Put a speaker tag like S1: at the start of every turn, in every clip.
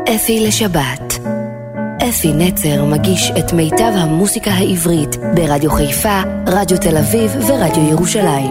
S1: אפי לשבת. אפי נצר מגיש את מיטב המוסיקה העברית ברדיו חיפה, רדיו תל אביב ורדיו ירושלים.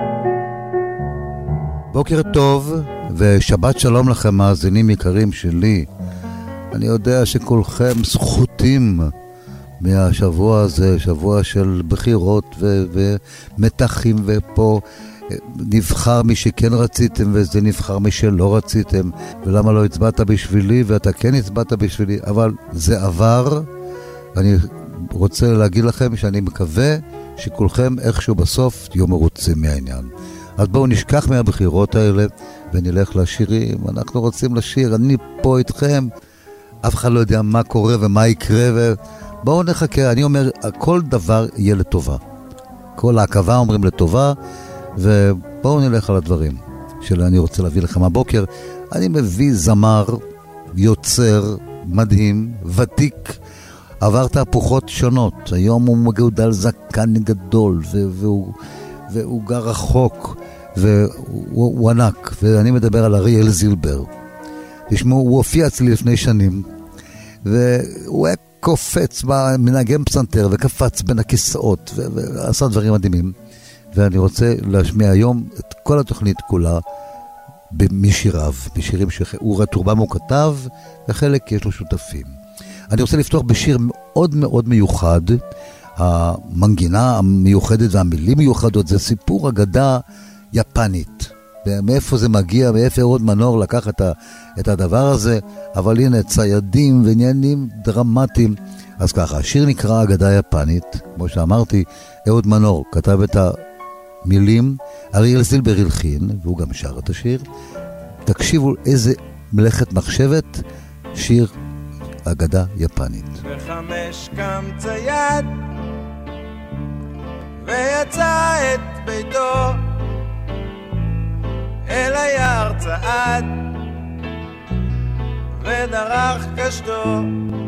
S2: בוקר טוב ושבת שלום לכם מאזינים יקרים שלי. אני יודע שכולכם זכותים מהשבוע הזה, שבוע של בחירות ומתחים, ופה נבחר מי שכן רציתם וזה נבחר מי שלא רציתם, ולמה לא הצבעת בשבילי ואתה כן הצבעת בשבילי, אבל זה עבר. אני רוצה להגיד לכם שאני מקווה שכולכם איכשהו בסוף תהיו מרוצים מהעניין. אז בואו נשכח מהבחירות האלה ונלך לשירים. אנחנו רוצים לשיר, אני פה איתכם, אף אחד לא יודע מה קורה ומה יקרה, ובואו נחכה. אני אומר, כל דבר יהיה לטובה, כל העקבה אומרים לטובה, ובואו נלך על הדברים שאני רוצה להביא לכם הבוקר. אני מביא זמר, יוצר, מדהים, ותיק, עבר תהפוכות שונות. היום הוא מגודל זקן גדול, והוא גר רחוק, והוא ענק, ואני מדבר על אריאל זילבר. תשמעו, הוא הופיע אצלי לפני שנים, והוא היה קופץ מנגן פסנתר, וקפץ בין הכיסאות, ועשה דברים מדהימים. ואני רוצה להשמיע היום את כל התוכנית כולה משיריו, משירים שרובם הוא כתב, וחלק יש לו שותפים. אני רוצה לפתוח בשיר מאוד מאוד מיוחד. המנגינה המיוחדת והמילים מיוחדות, זה סיפור אגדה יפנית. ומאיפה זה מגיע, מאיפה אהוד מנור לקח את הדבר הזה, אבל הנה ציידים ועניינים דרמטיים. אז ככה, השיר נקרא אגדה יפנית, כמו שאמרתי, אהוד מנור כתב את המילים, אריאל זילבר הלחין, והוא גם שר את השיר. תקשיבו איזה מלאכת מחשבת, שיר אגדה יפנית.
S3: בחמש קם צייד ויצא את ביתו, אל היער צעד ודרך קשתו,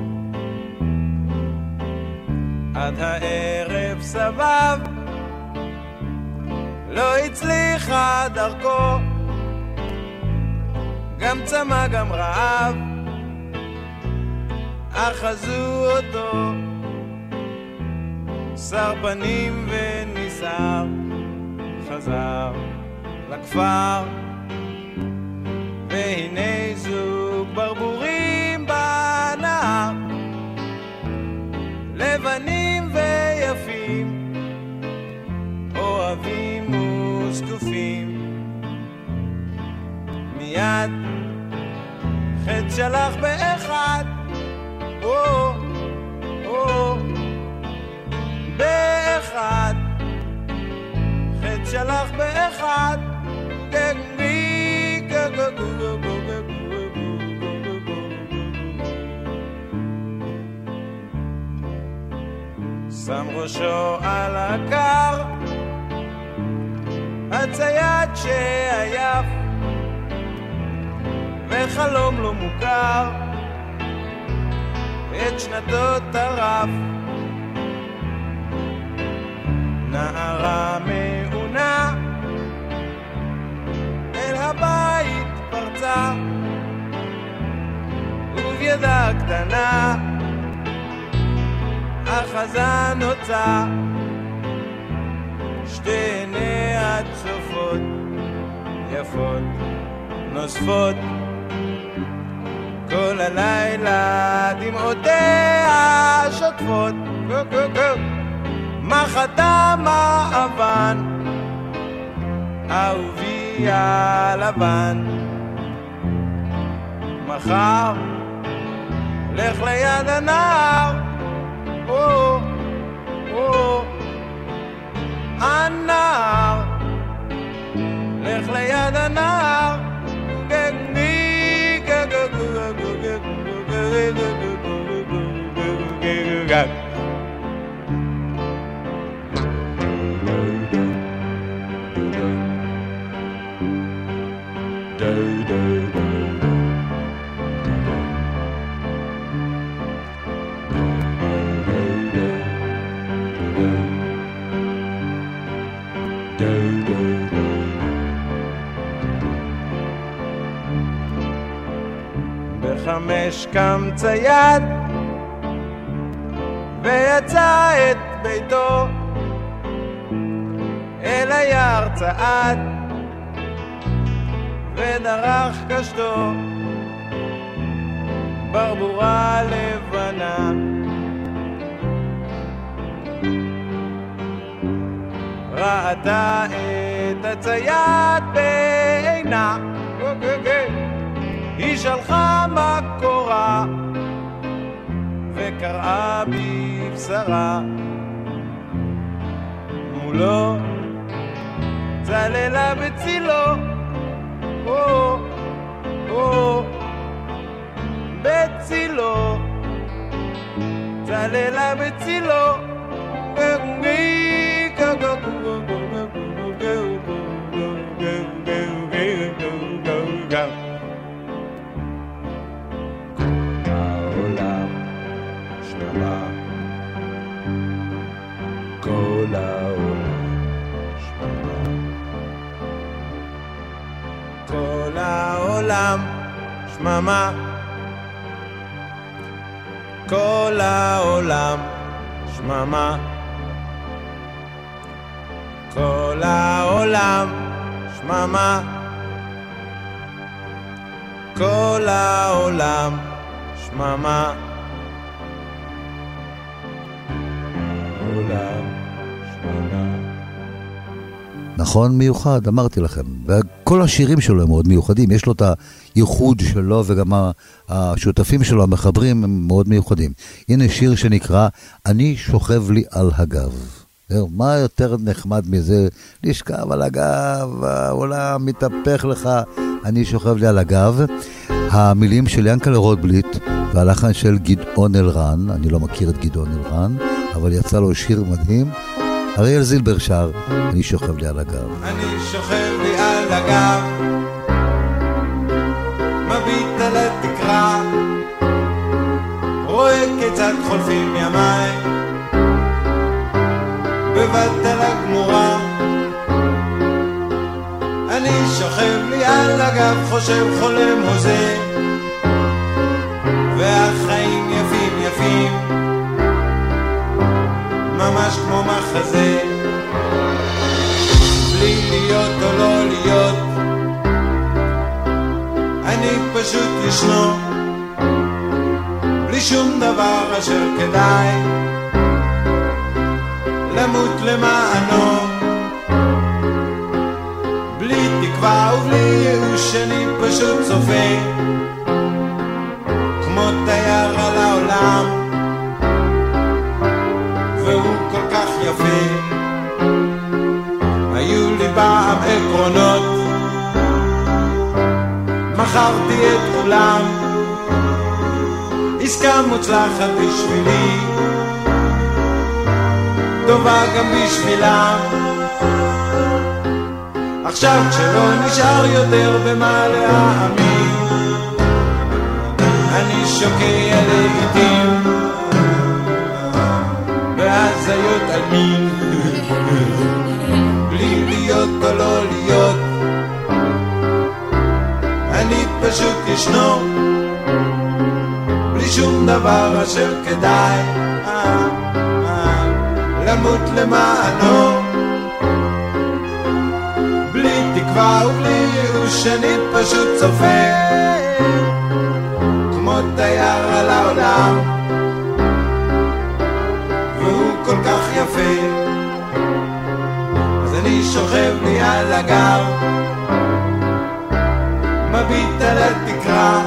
S3: עד הערב סבב לא הצליחה דרכו, גם צמא גם רעב אחזו אותו, שר פנים וניסר, חזר לכפר, והנה זוג ברבורים בנהר, לבנים ויפים, אוהבים וסקופים. מיד חץ שלח באחד, באחד, חץ שלח באחד, גגמי שם ראשו על הקר, הצייד שעייף וחלום לא מוכר, את שנתו טרף. נערה מעונה אל הבית פרצה, ובידה קטנה אחזה נוצה, שתי עיניה צופות יפות נוספות, כל הלילה דמעותיה שוטפות. מחתה מעבן אהובי הלבן, מחר לך ליד הנהר, הנהר, לך ליד הנהר, גגני גג. ב5 קם צייד ויצא את ביתו אל היער צעד ודרך קשתו ברבורה לבנה ראתה את הצייד בעינה היא שלחה מקורה וקראה בבשרה מולו צללה בצילו בצילו צללה בצילו העולם שממה כל העולם שממה כל העולם שממה כל העולם שממה כל העולם שממה כל העולם שממה עולם שממה.
S2: נכון, מיוחד, אמרתי לכם. וכל השירים שלו הם מאוד מיוחדים. יש לו את הייחוד שלו, וגם השותפים שלו, המחברים, הם מאוד מיוחדים. הנה שיר שנקרא אני שוכב לי על הגב. מה יותר נחמד מזה? לשכב על הגב, העולם מתהפך לך, אני שוכב לי על הגב. המילים של ינקלה רוטבליט והלחן של גדעון אלרן, אני לא מכיר את גדעון אלרן, אבל יצא לו שיר מדהים. אריאל זילבר שר, אני שוכב לי על הגב.
S3: אני שוכב לי על הגב, מביט על התקרה, רואה כיצד חולפים ימיי, בבת על הגמורה. אני שוכב לי על הגב, חושב חולם הוזה, והחיים יפים יפים, ממש כמו מחזה, בלי להיות או לא להיות, אני פשוט ישנו, בלי שום דבר אשר כדאי למות למענו, בלי תקווה ובלי ייאוש, אני פשוט צופה כמו תייר על העולם, והוא כל כך יפה. היו לי פעם עקרונות, מכרתי את כולם, עסקה מוצלחת בשבילי, טובה גם בשבילם. עכשיו כשלא נשאר יותר במה להאמין, אני שוקע לעיתים בהזיות על מין, בלי להיות או לא להיות, אני פשוט ישנו, בלי שום דבר אשר כדאי למות למענו, בלי תקווה ובלי ייאוש, אני פשוט צופה כמו תייר על העולם, והוא כל כך יפה. אז אני שוכב לי על הגב, מביט על התקרה,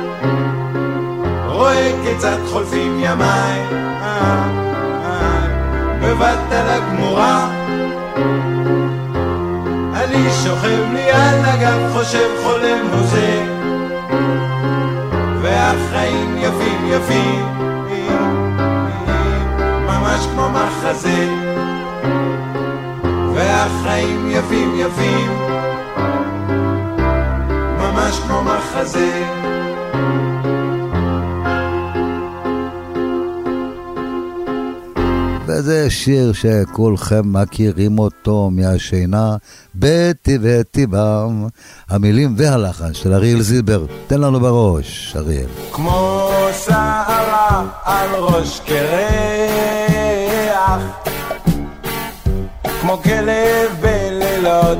S3: רואה כיצד חולפים ימיי, בבת על הגמורה. אני שוכב לי על הגב, חושב חולם הוזה, והחיים יפים יפים, ממש כמו מחזה, והחיים יפים יפים, ממש כמו מחזה.
S2: זה שיר שכולכם מכירים אותו מהשינה, בטי בטי בם. המילים והלחן של אריאל זילבר. תן לנו בראש, אריאל.
S3: כמו שערה על ראש קרח, כמו כלב בלילות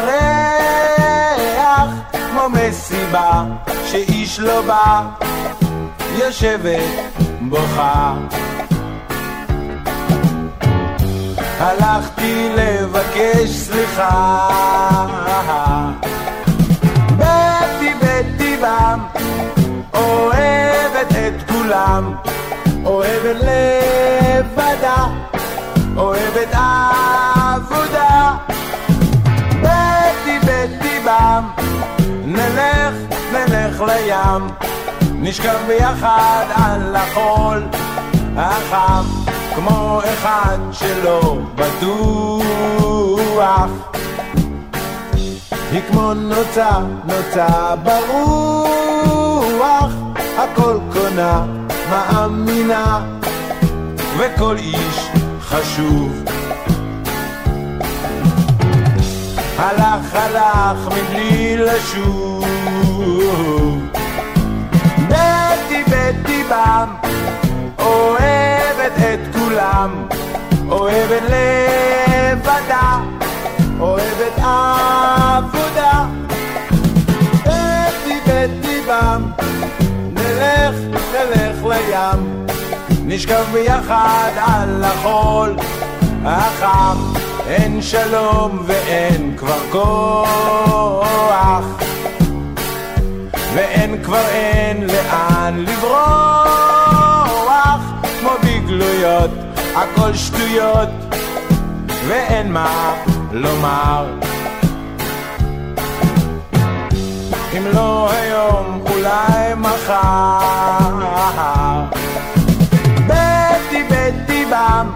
S3: ירח, כמו מסיבה שאיש לא בא, יושבת בוכה. הלכתי לבקש סליחה, בטי בטי בם, אוהבת את כולם, אוהבת לבדה, אוהבת עבודה. בטי בטי בם, נלך לים, נשכב ביחד על החול החם, כמו אחד שלא בטוח. היא כמו נוצה ברוח, הכל קונה, מאמינה, וכל איש חשוב. הלך מבלי לשוב. בטי בטי בם, אוהבת את כולם, אוהבת לבדה, אוהבת עבודה. בטי בטי בם, נלך לים, נשכב ביחד על החול החם. אין שלום ואין כבר כוח, ואין לאן לברוח, כמו בגלויות הכל שטויות, ואין מה לומר. אם לא היום אולי מחר. בטי בטי בם,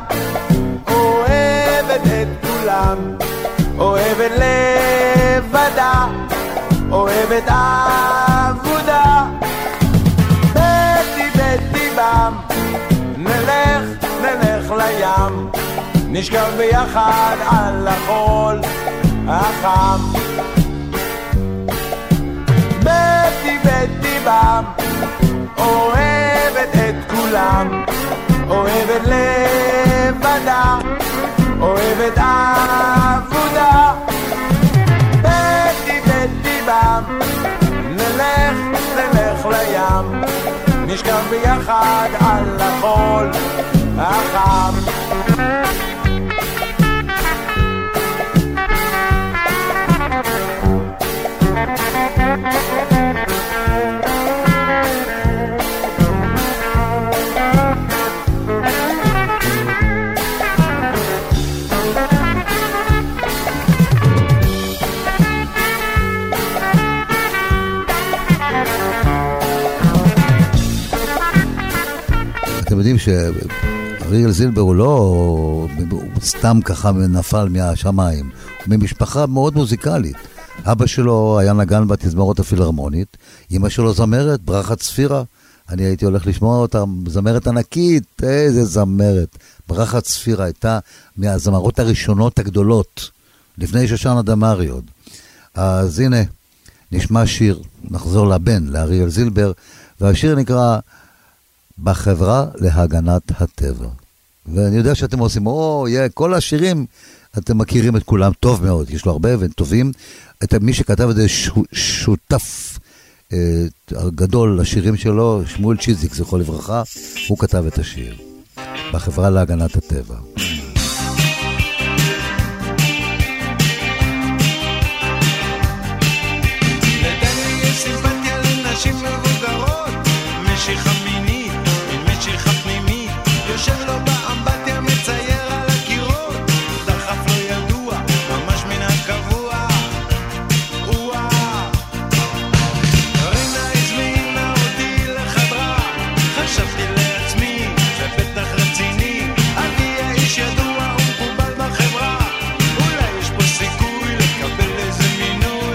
S3: אוהבת את כולם, אוהבת לבדה, אוהבת עבודה. בטי בטי בם, נלך לים, נשכב ביחד על החול החם. בטי בטי בם, אוהבת את כולם, אוהבת לבדה, אוהבת עבודה. בטי בטי בם, נלך לים, נשכב ביחד על החול החם.
S2: אתם יודעים שאריאל זילבר הוא לא סתם ככה נפל מהשמיים, הוא ממשפחה מאוד מוזיקלית. אבא שלו היה נגן בתזמורת הפילהרמונית, אמא שלו זמרת, ברכה צפירה, אני הייתי הולך לשמוע אותה, זמרת ענקית, איזה זמרת. ברכה צפירה הייתה מהזמרות הראשונות הגדולות, לפני שושנה דמארי עוד. אז הנה, נשמע שיר, נחזור לבן, לאריאל זילבר, והשיר נקרא בחברה להגנת הטבע. ואני יודע שאתם עושים, כל השירים, אתם מכירים את כולם טוב מאוד, יש לו הרבה והם טובים. את מי שכתב את זה שותף גדול לשירים שלו, שמואל צ'יזיק, זכרו לברכה, הוא כתב את השיר. בחברה להגנת הטבע.
S3: לדני יש סימפתיה לנשים מבוגרות, משיכה מינית, משיכה פנימית, יושב לו באמבטיה, מצייר על הקירות, דחף לא ידוע, ממש מן הקבוע. רינה הזמינה אותי לחדרה, חשבתי לעצמי, זה בטח רציני, אני האיש ידוע ומקובל בחברה, אולי יש פה סיכוי לקבל איזה מינוי,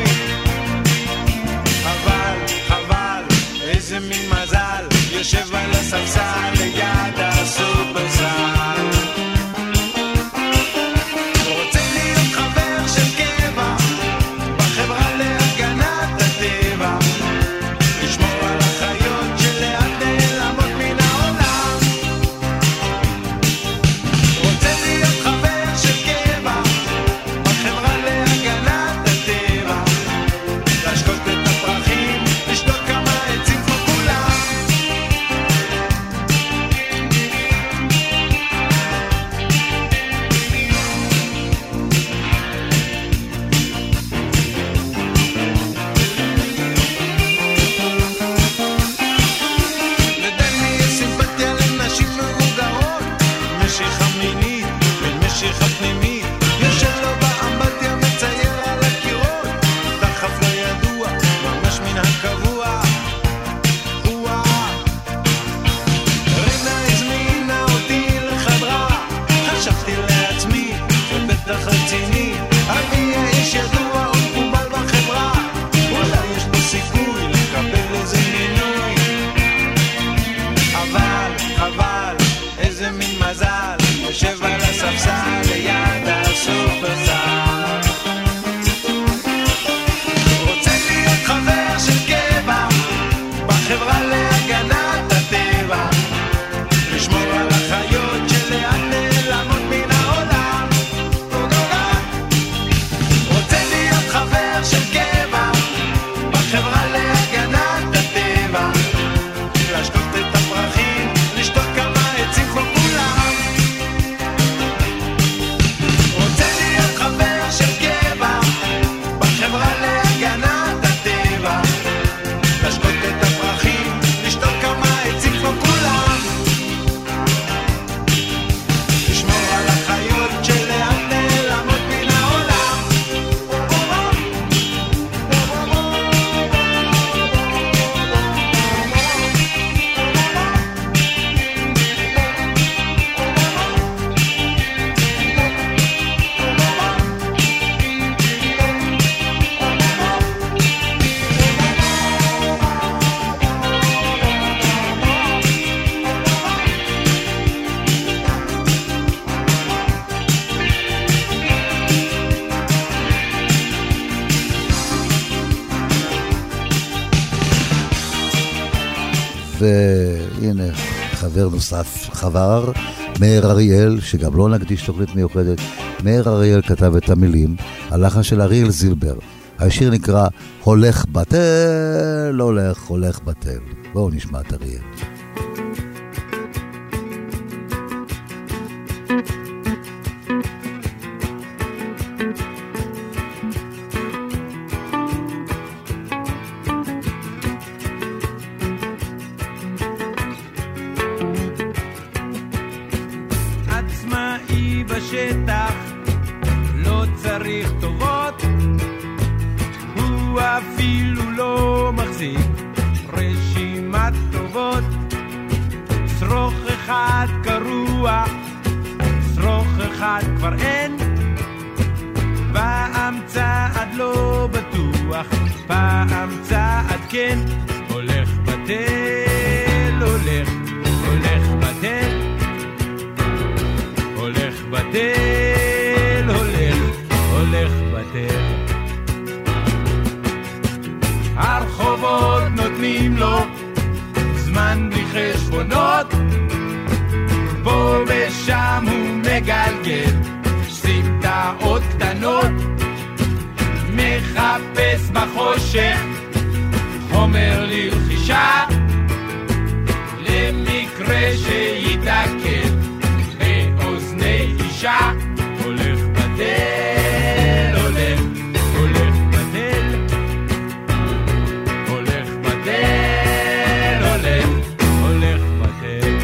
S3: חבל, איזה מין מזל, יושב על הספסל ליד הסופרסל.
S2: והנה חבר נוסף חבר, מאיר אריאל, שגם לא נקדיש תוכנית מיוחדת. מאיר אריאל כתב את המילים, הלחן של אריאל זילבר. השיר נקרא הולך בטל, הולך בטל. בואו נשמע את אריאל.
S3: הרחובות נותנים לו זמן בלי חשבונות, פה ושם הוא מגלגל סמטאות קטנות, מחפש בחושך חומר לרכישה, למקרה שיתעכב באוזני אישה. הולך בטל, הולך בטל, הולך בטל, הולך בטל.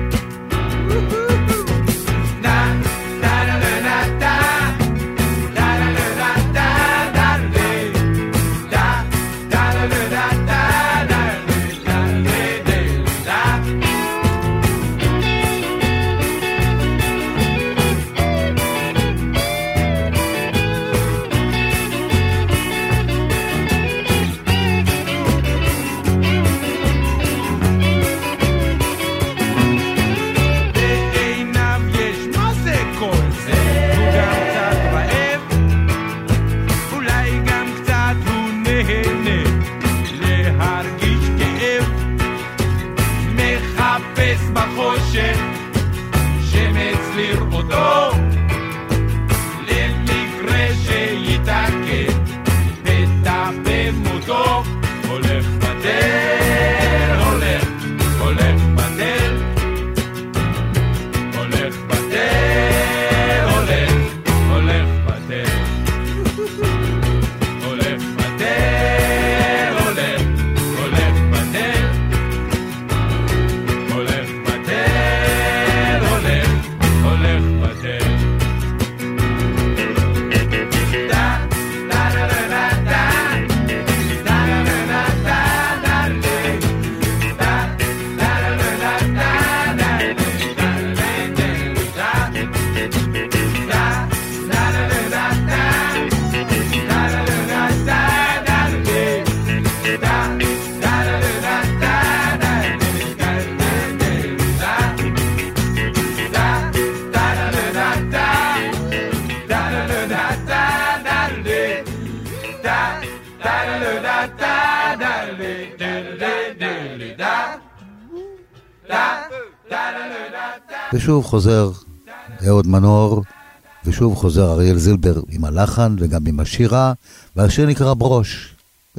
S2: ושוב חוזר אהוד מנור, ושוב חוזר אריאל זילבר עם הלחן וגם עם השירה, והשיר נקרא ברוש.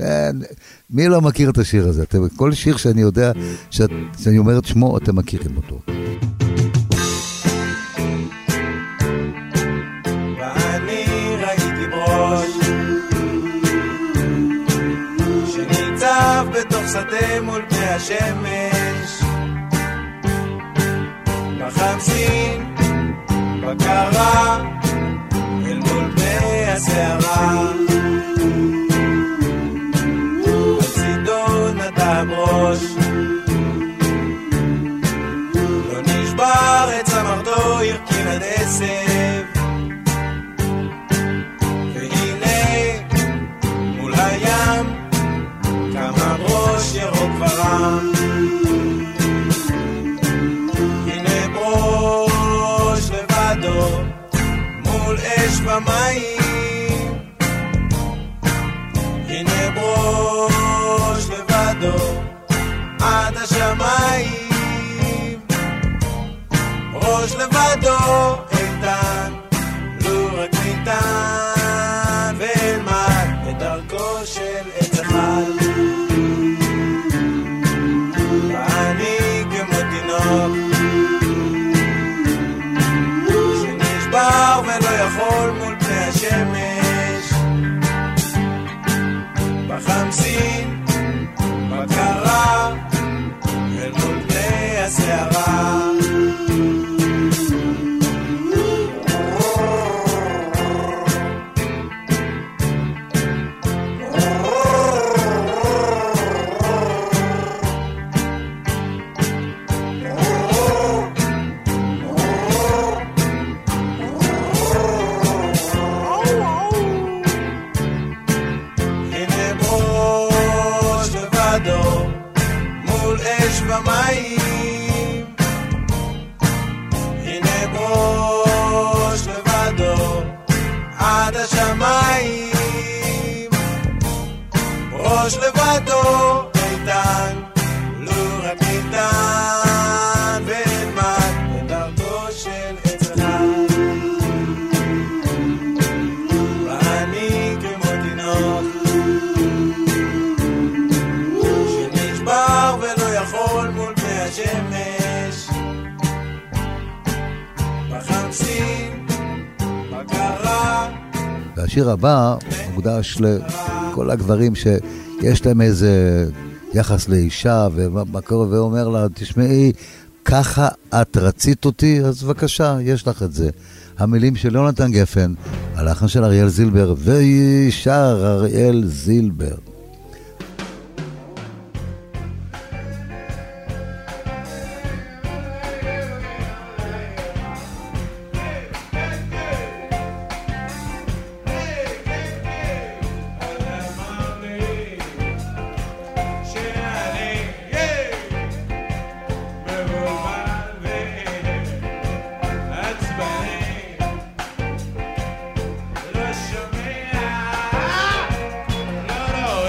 S2: מי לא מכיר את השיר הזה? כל שיר שאני יודע, שאני אומר את שמו, אתם מכירים אותו.
S3: ואני ראיתי ברוש שניצב בתוך שדה מול פני השמש, בחמסין, בקרה, אל מול פני הסערה, על צידו נטע ברוש, לא נשבר את צמרתו, הרכין עד עשב, והנה מול הים כמה ברוש ירוק ורם, מול אש ומים, הנה ברוש לבדו עד השמיים, ראש לבדו איתן, לו רק ניתן, ואלמד את דרכו של עץ אחד. ואני כמו תינוק שנשבר ולא יכול מול פני השמש, בחמסין, בקרה, אל מול פני הסערה. במים, הנה בראש לבדו עד השמיים, ראש לבדו איתן, לו רק ניתן, ואלמד את דרכו של עץ אחד. ואני כמו תינוק שנשבר ולא יכול מול פני השמש, בחמסין, בקרה.
S2: והשיר הבא מוקדש לכל הגברים שיש להם איזה יחס לאישה, ואומר לה, תשמעי, ככה את רצית אותי, אז בבקשה, יש לך את זה. המילים של יונתן גפן, הלחן של אריאל זילבר, וישר אריאל זילבר.
S3: לא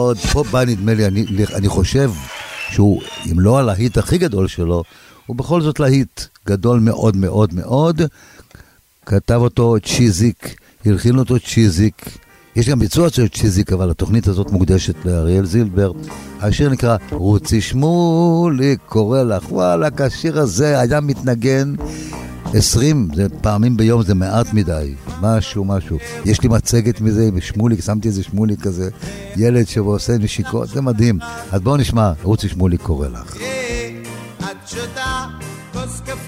S2: מאוד. פה בא נדמה לי, אני חושב שהוא, אם לא הלהיט הכי גדול שלו, הוא בכל זאת להיט גדול מאוד מאוד מאוד. כתב אותו צ'יזיק, הלחין אותו צ'יזיק. יש גם ביצוע של צ'יזיק, אבל התוכנית הזאת מוקדשת לאריאל זילבר. השיר נקרא רוצי שמולי קורא לך. וואלה, השיר הזה היה מתנגן 20 פעמים ביום, זה מעט מדי. משהו. יש לי מצגת מזה, שמוליק, שמתי איזה שמוליק כזה, ילד שעושה נשיקות, זה מדהים. אז בואו נשמע, רוצי שמוליק קורא לך.
S3: את שותה כוס קפה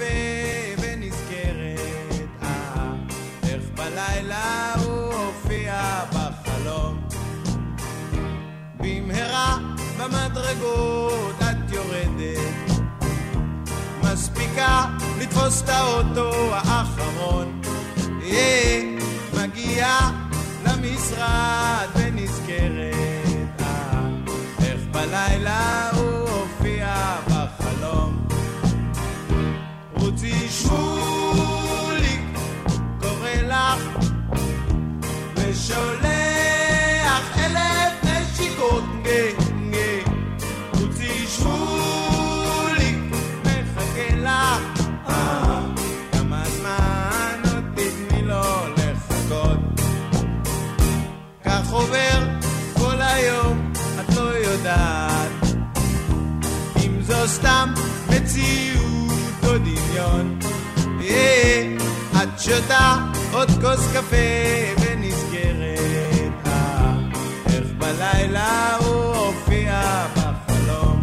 S3: ונזכרת, איך בלילה הוא הופיע בחלום. במהרה במדרגות את יורדת, מספיקה לתפוס את האוטו האחרון, מגיעה למשרד ונזכרת, איך בלילה הוא הופיע בחלום. רוצי שמולי קורא לך ושולח 1000 נשיקות, רוצי שמולי מחכה לך, כמה זמן עוד תתני לו לחכות. כך עובר כל היום, את לא יודעת אם זו סתם מציאות או דמיון. את שותה עוד כוס קפה ונזכרת, איך בלילה הוא הופיע בחלום.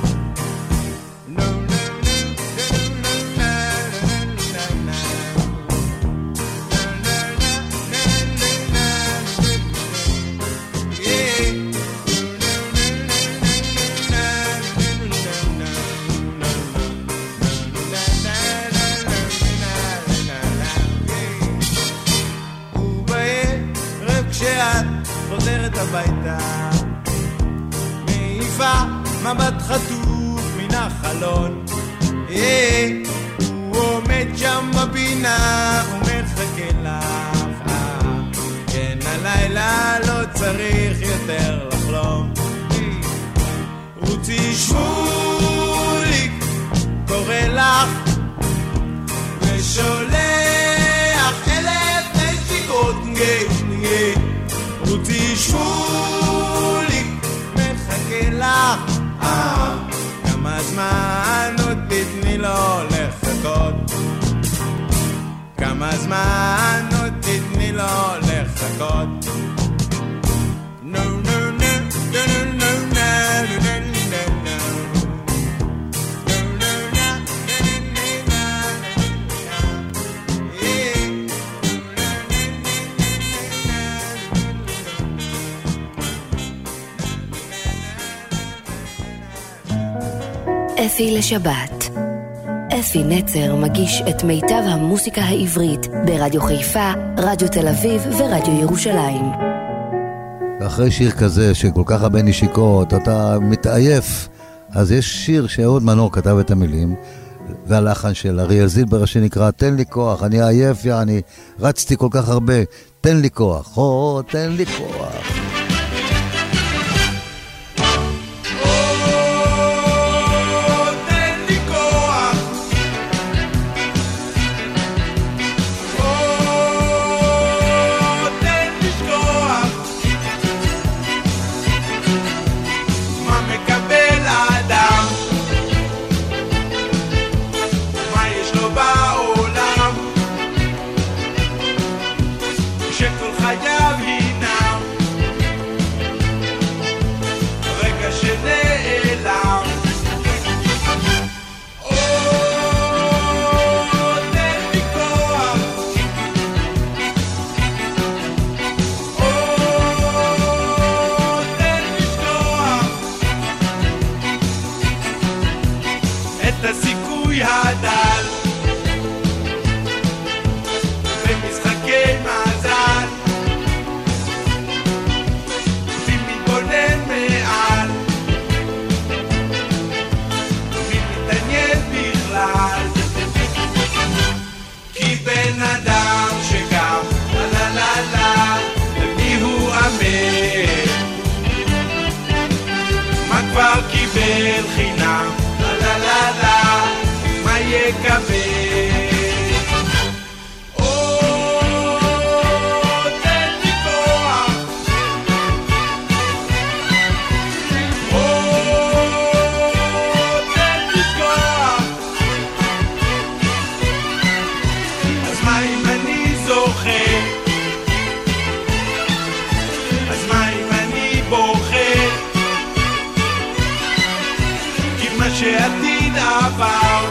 S3: חוזרת הביתה, מעיפה מבט חטוף מן החלון, הוא עומד שם בפינה ומחכה לך, כן הלילה לא צריך יותר לחלום. רוצי שמוליק קורא לך ושולח 1000 נשיקות, רוצי שמוליק מחכה לך, כמה זמן עוד תתני לו לחכות, כמה זמן עוד תתני לו לחכות.
S1: אפי לשבת. אפי נצר מגיש את מיטב המוסיקה העברית ברדיו חיפה, רדיו תל אביב ורדיו ירושלים.
S2: ואחרי שיר כזה שכל כך הרבה נשיקות, אתה מתעייף, אז יש שיר שאהוד מנור כתב את המילים, והלחן של אריאל זילבר שנקרא תן לי כוח, אני עייף, אני רצתי כל כך הרבה, תן לי כוח, תן לי כוח.
S3: שכל חייו הינם שעתיד עבר,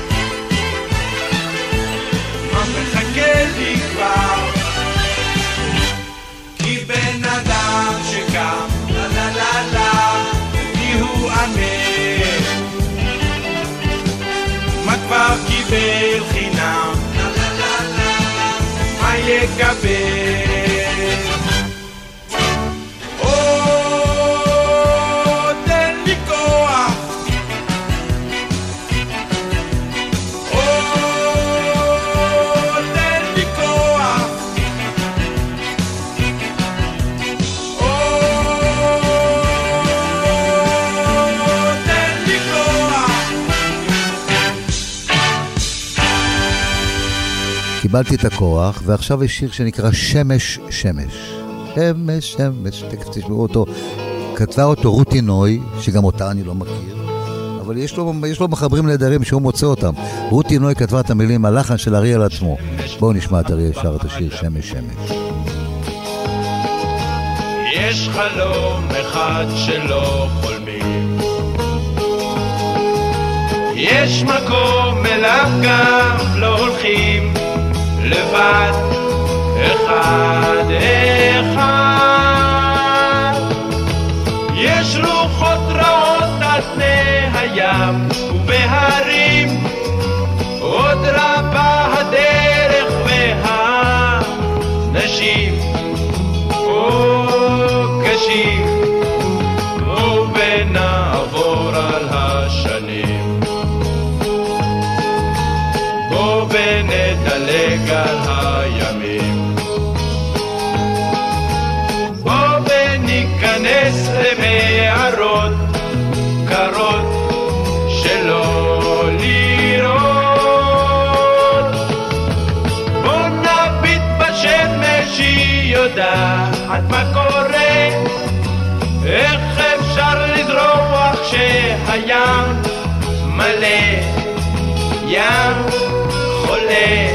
S3: מה מחכה לי כבר, כי בן אדם שקם לה לה לה לה מי הוא ענה, מה כבר קיבל חינם לה לה לה לה מה יקבל,
S2: קיבלתי את הכוח, ועכשיו יש שיר שנקרא שמש שמש. שמש שמש, תכף תשמעו אותו. כתבה אותו רותי נוי, שגם אותה אני לא מכיר, אבל יש לו מחברים נהדרים שהוא מוצא אותם. רותי נוי כתבה את המילים, הלחן של אריאל עצמו. בואו נשמע את אריאל שר את השיר שמש שמש.
S3: יש חלום אחד שלא חולמים, יש מקום אליו גם לא הולכים, לבד אחד אחד, יש רוחות רעות על פני הים ובהרים, עוד רבה הדרך והנשים קשים, ונעבור על השנים, ונדלג על הימים, בוא וניכנס למערות קרות שלא לראות, בוא נביט בשמש היא יודעת מה קורה, איך אפשר לזרוח שהים מלא, ים חולה,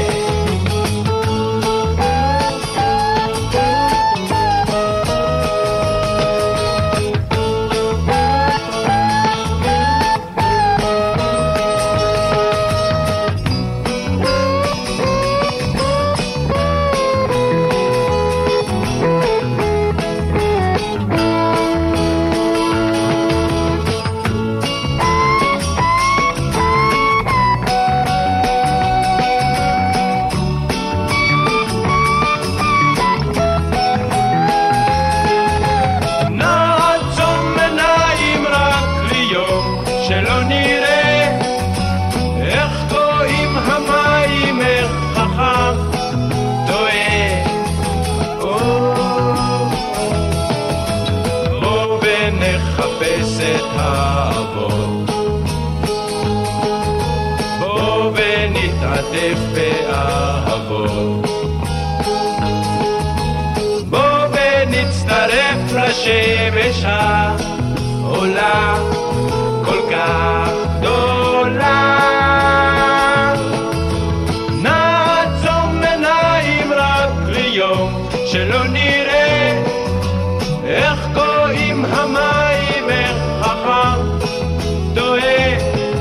S3: השמש העולה כל כך גדולה, נעצום עיניים רק ליום שלא נראה איך גויים המים, איך חכם טועה,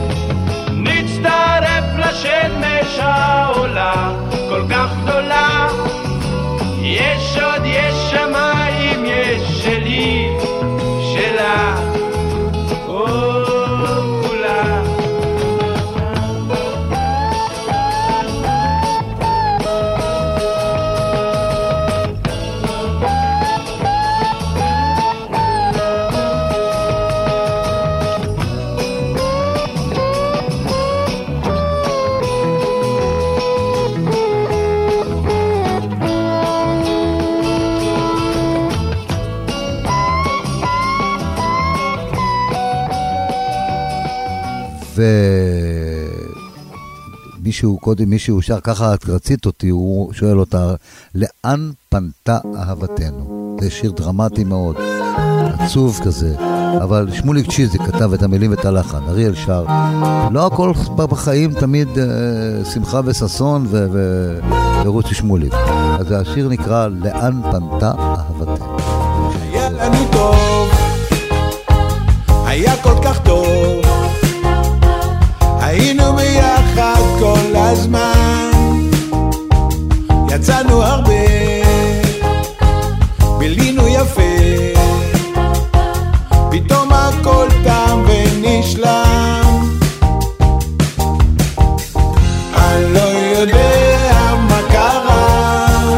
S3: נצטרף לשמש העולה כל כך גדולה, יש עוד יש שמיים, יש שלי, שלה, כולה.
S2: מישהו שר ככה, את רצית אותי, הוא שואל אותה, לאן פנתה אהבתנו? זה שיר דרמטי מאוד, עצוב כזה, אבל שמוליק צ'יזי כתב את המילים ואת הלחן, אריאל שר, לא הכל בחיים תמיד שמחה וססון ורוצי שמוליק, אז השיר נקרא לאן פנתה אהבתנו.
S4: היה לנו טוב, היה כל כך טוב,
S3: בזמן, יצאנו הרבה, בילינו יפה, פתאום הכל תם ונשלם. אני לא יודע מה קרה,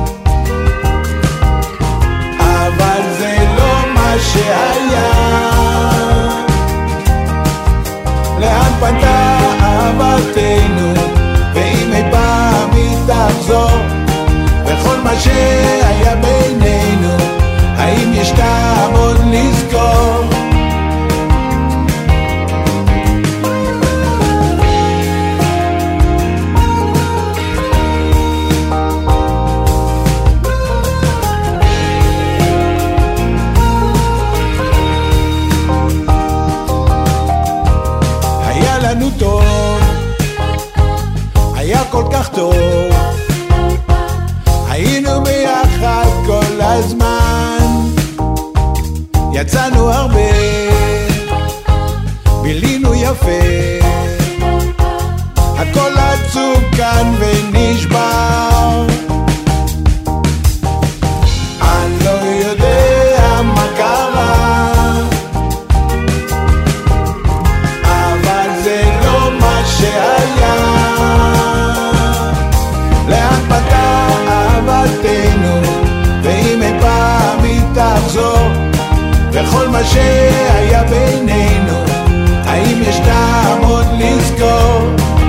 S3: אבל זה לא מה שהיה. לאן פנתה אהבתנו, ואם אי פעם היא תחזור, וכל מה שהיה בינינו, האם יש טעם עוד לזכור? היה לנו טוב, היה כל כך טוב, היינו ביחד כל הזמן, יצאנו הרבה, בילינו יפה, הכל עצוב כאן ונשבר. אני לא יודע מה קרה, אבל זה לא מה שהיה. לאן פתה אהבתנו, ואם אי פעם היא תחזור, וכל מה שהיה בינינו, האם יש טעם עוד לזכור?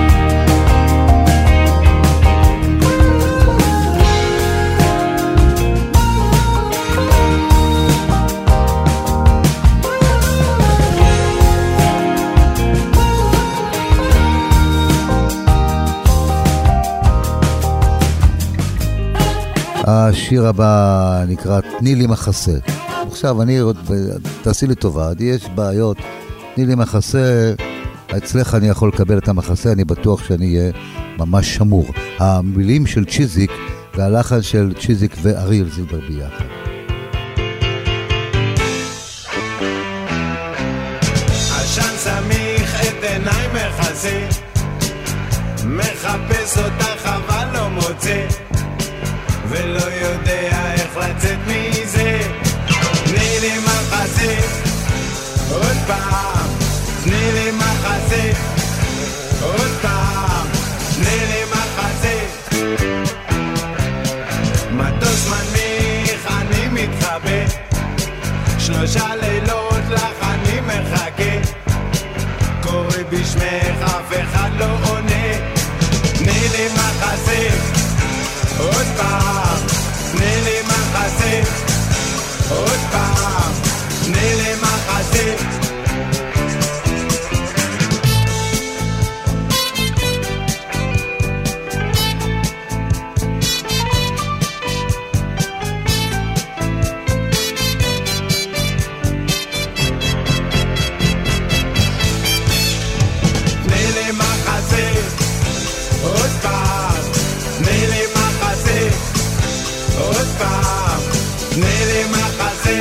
S2: השיר הבא נקרא תני לי מחסה. עכשיו תעשי לי טובה, יש בעיות, תני לי מחסה, אצלך אני יכול לקבל את המחסה, אני בטוח שאני אהיה ממש שמור. המילים של צ'יזיק והלחן של צ'יזיק ואריאל זילבר ביחד.
S3: עשן סמיך את עיניי מחסה, מחפש אותך אבל לא מוצא, ולא יודע איך לצאת מזה. תני לי מחסה, עוד פעם, תני לי מחסה, עוד פעם, תני לי מחסה. מטוס מנמיך אני מתחבא, 3 לילות לך אני מחכה, קורא בשמך אף אחד לא עונה. תני לי מחסה, עוד פעם, תני לי מחסה, עוד פעם, תני לי מחסה. תני לי מחסה, עוד פעם, תני לי מחסה, עוד פעם, תני לי מחסה.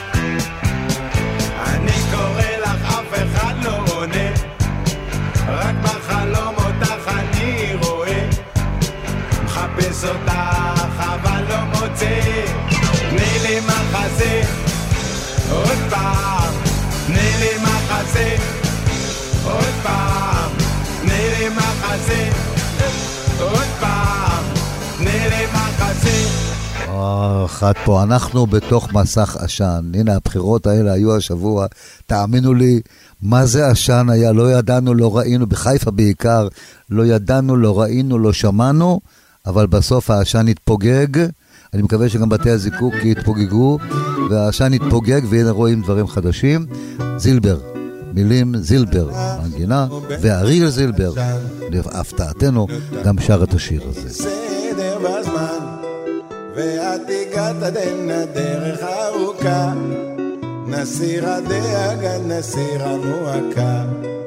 S3: אני קורא לך אף אחד לא עונה, רק בחלום אותך אני רואה, מחפש אותך אבל לא מוצא. תני לי מחסה, עוד פעם, תני לי מחסה, עוד פעם, תני לי מחסה, עוד פעם, תני לי מחסה.
S2: אחת פה, אנחנו בתוך מסך עשן. הנה, הבחירות האלה היו השבוע, תאמינו לי, מה זה עשן היה? לא ידענו, לא ראינו, בחיפה בעיקר, לא ידענו, לא ראינו, לא שמענו, אבל בסוף העשן התפוגג. אני מקווה שגם בתי הזיקוק יתפוגגו, והעשן התפוגג, והנה רואים דברים חדשים. זילבר, מילים זילבר, מנגינה, ואריאל זילבר, להפתעתנו, גם שר את השיר הזה.
S3: סדר בזמן, ואת הגעת עדנה דרך ארוכה, נסיר הדאגה, נסיר המועקה.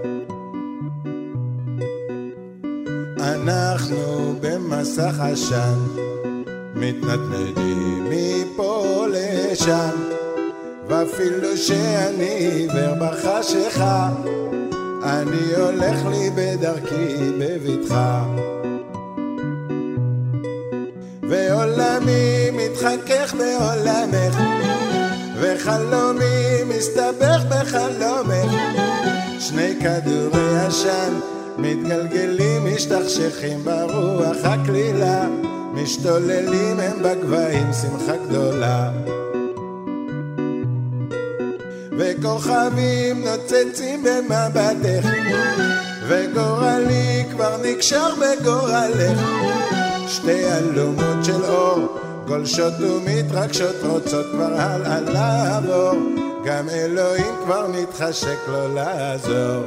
S3: אנחנו במסך עשן, מתנדנדים מפה לשם, ואפילו שאני עיוור בחשיכה, אני הולך לי בדרכי בביטחה, ועולמי מתחכך בעולמך, וחלומי מסתבך בחלומך. שני כדורי עשן מתגלגלים, משתכשכים ברוח הכלילה, משתוללים הם בגבהים שמחה גדולה. וכוכבים נוצצים במבטך, וגורלי כבר נקשר בגורלך. שתי אלומות של אור גולשות ומתרגשות, רוצות כבר הלאה לעבור, גם אלוהים כבר מתחשק לו לעזור.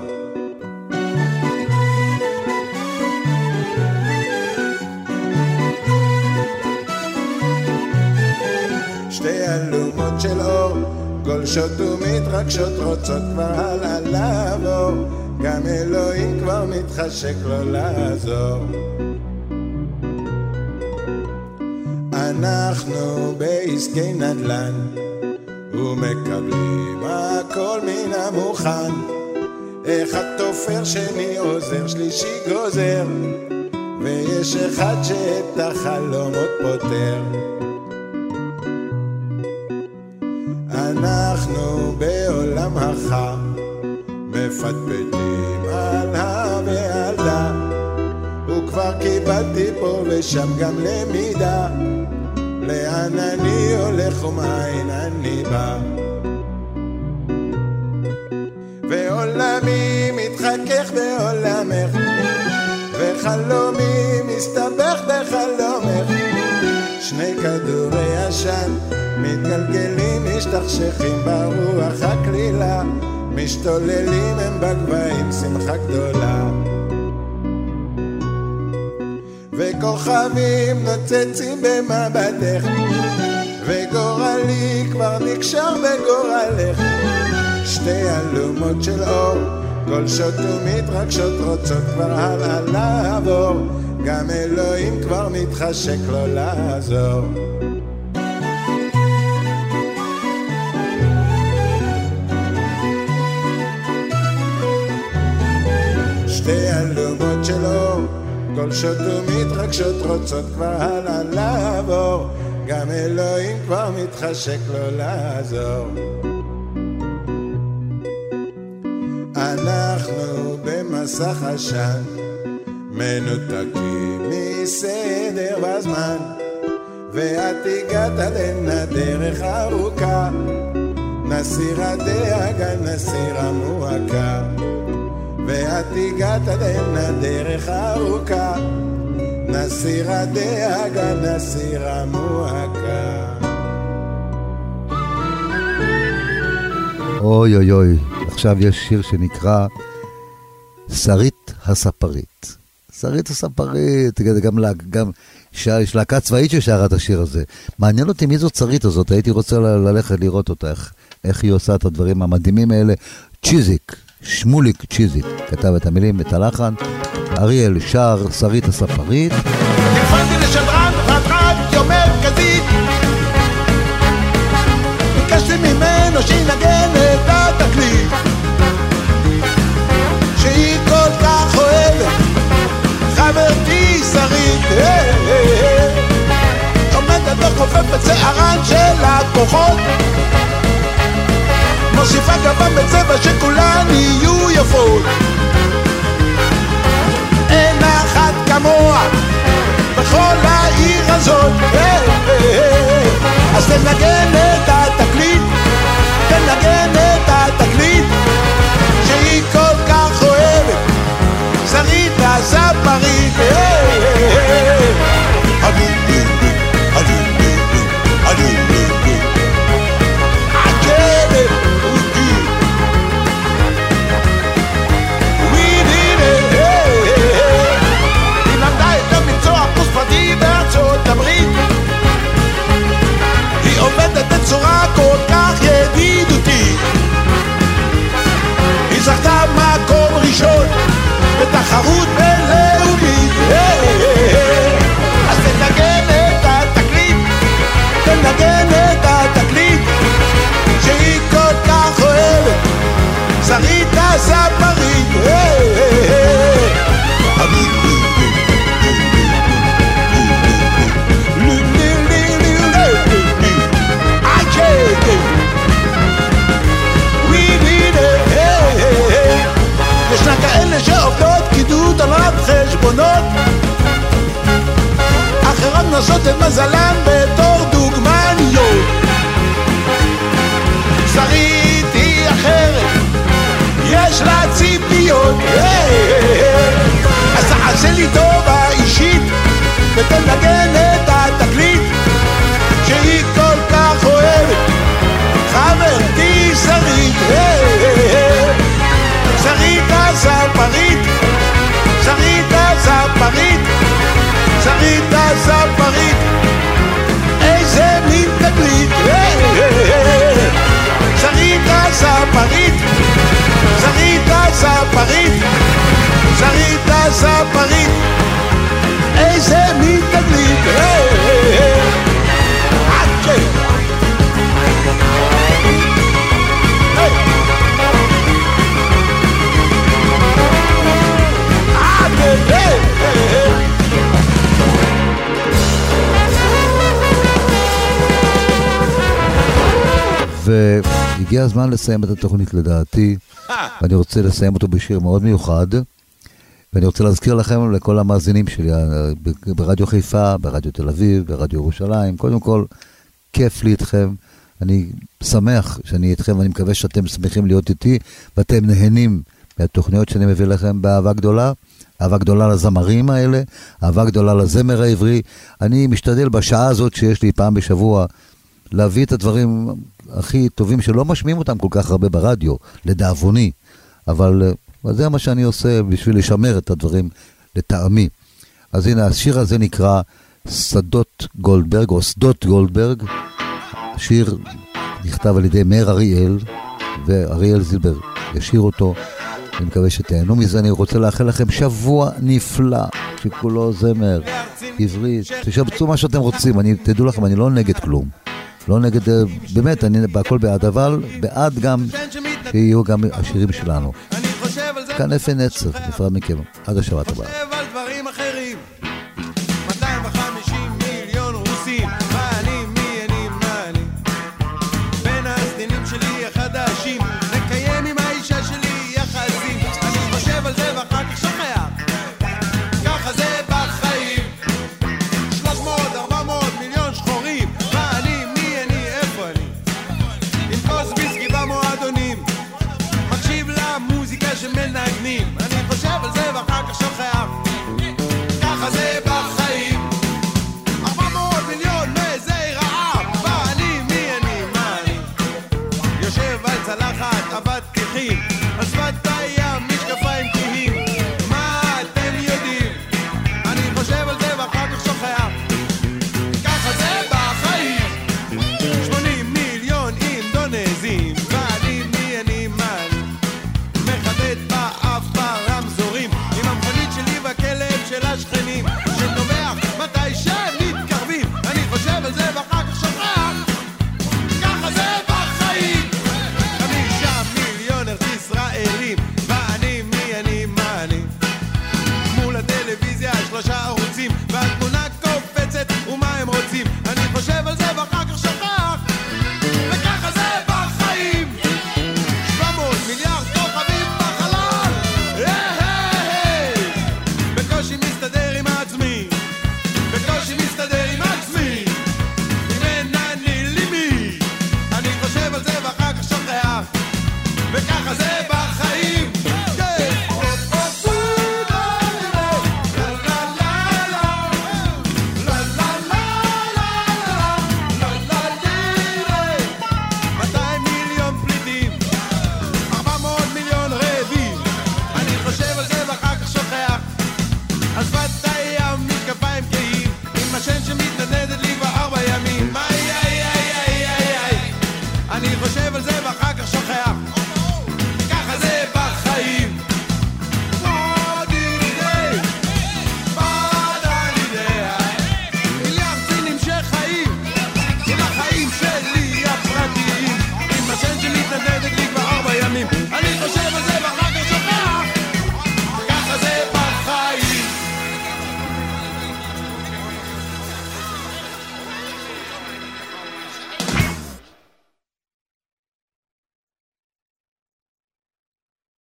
S3: שתי אלומות של אור גולשות ומתרגשות, רוצות כבר הלאה לעבור, גם אלוהים כבר מתחשק לו לעזור. אנחנו בעסקי נדל"ן ומקבלים הכל מן המוכן, אחד תופר, שני עוזר, שלישי גוזר, ויש אחד שאת החלומות פותר. אנחנו בעולם החם מפטפטים על ועל דה, וכבר קיבלתי פה ושם גם למידה, לאן אני הולך ומאין אני בא. ועולמי מתחכך בעולמך, וחלומי מסתבך בחלומך. שני כדורי עשן מתגלגלים, משתכשכים ברוח הכלילה, משתוללים הם בגבהים שמחה גדולה. וכוכבים נוצצים במבטך, וגורלי כבר נקשר בגורלך. שתי אלומות של אור גולשות ומתרגשות, רוצות כבר הלאה לעבור, גם אלוהים כבר מתחשק לו לעזור. שתי אלומות של אור גולשות ומתרגשות, רוצות כבר הלאה לעבור, גם אלוהים כבר מתחשק לו לעזור. אנחנו במסך עשן מנותקים מסדר בזמן, ואת הגעת לנה דרך ארוכה, נסיר הדאגה נסיר המועקה, ואת הגעת לנה דרך ארוכה, נסיר הדאגה נסיר המועקה.
S2: אוי אוי אוי, עכשיו יש שיר שנקרא שרית הספרית. שרית הספרית, גם יש להקה צבאית ששרה את השיר הזה. מעניין אותי מי זאת שרית הזאת, הייתי רוצה ללכת לראות אותה, איך היא עושה את הדברים המדהימים האלה. צ'יזיק, שמוליק צ'יזיק, כתב את המילים, את הלחן, אריאל שר שרית הספרית.
S3: נפלתי לשדרן רדיו מרכזית, ביקשתי ממנו שינגן את התקליט שהיא כל כך אוהבת, חברתי שרית, עומדת וחופפת שערן של הכוחות, מוסיפה גבם בצבע שכולן יהיו יפות, אין אחת כמוה בכל העיר הזאת. אז תנגן את התקליט, תנגן את התקליט שהיא כל כך אוהבת, שרית הספרית. היא למדה את המקצוע הפוספתי בארצות הברית, היא עובדת את מזלם בתור דוגמניות. שרית היא אחרת, יש לה ציפיות. אז תעשה לי טובה אישית ותנגן את התקליט שהיא כל כך אוהבת, חברתי שרית. שרית הזמרית, שרית הזמרית, שרית הזמרית, איזה מין תקליט. שרית הזמרית, שרית הזמרית, שרית הזמרית, איזה מין תקליט.
S2: והגיע הזמן לסיים את התוכנית לדעתי, ואני רוצה לסיים אותו בשיר מאוד מיוחד, ואני רוצה להזכיר לכם, לכל המאזינים שלי, ברדיו חיפה, ברדיו תל אביב, ברדיו ירושלים, קודם כל, כיף לי איתכם, אני שמח שאני איתכם, ואני מקווה שאתם שמחים להיות איתי, ואתם נהנים מהתוכניות שאני מביא לכם באהבה גדולה, אהבה גדולה לזמרים האלה, אהבה גדולה לזמר העברי. אני משתדל בשעה הזאת שיש לי פעם בשבוע, להביא את הדברים הכי טובים שלא משמיעים אותם כל כך הרבה ברדיו, לדאבוני, אבל זה מה שאני עושה בשביל לשמר את הדברים לטעמי. אז הנה, השיר הזה נקרא שדות גולדברג, או שדות גולדברג. השיר נכתב על ידי מאיר אריאל, ואריאל זילבר ישיר אותו. אני מקווה שתהנו מזה. אני רוצה לאחל לכם שבוע נפלא, שכולו זמר, עברית, תשבצו מה שאתם רוצים. תדעו לכם, אני לא נגד כלום, לא נגד, באמת, אני בהכל בעד, אבל בעד גם שיהיו גם השירים שלנו. כאן אפי נצר, נפרד מכם, עד השבת הבאה.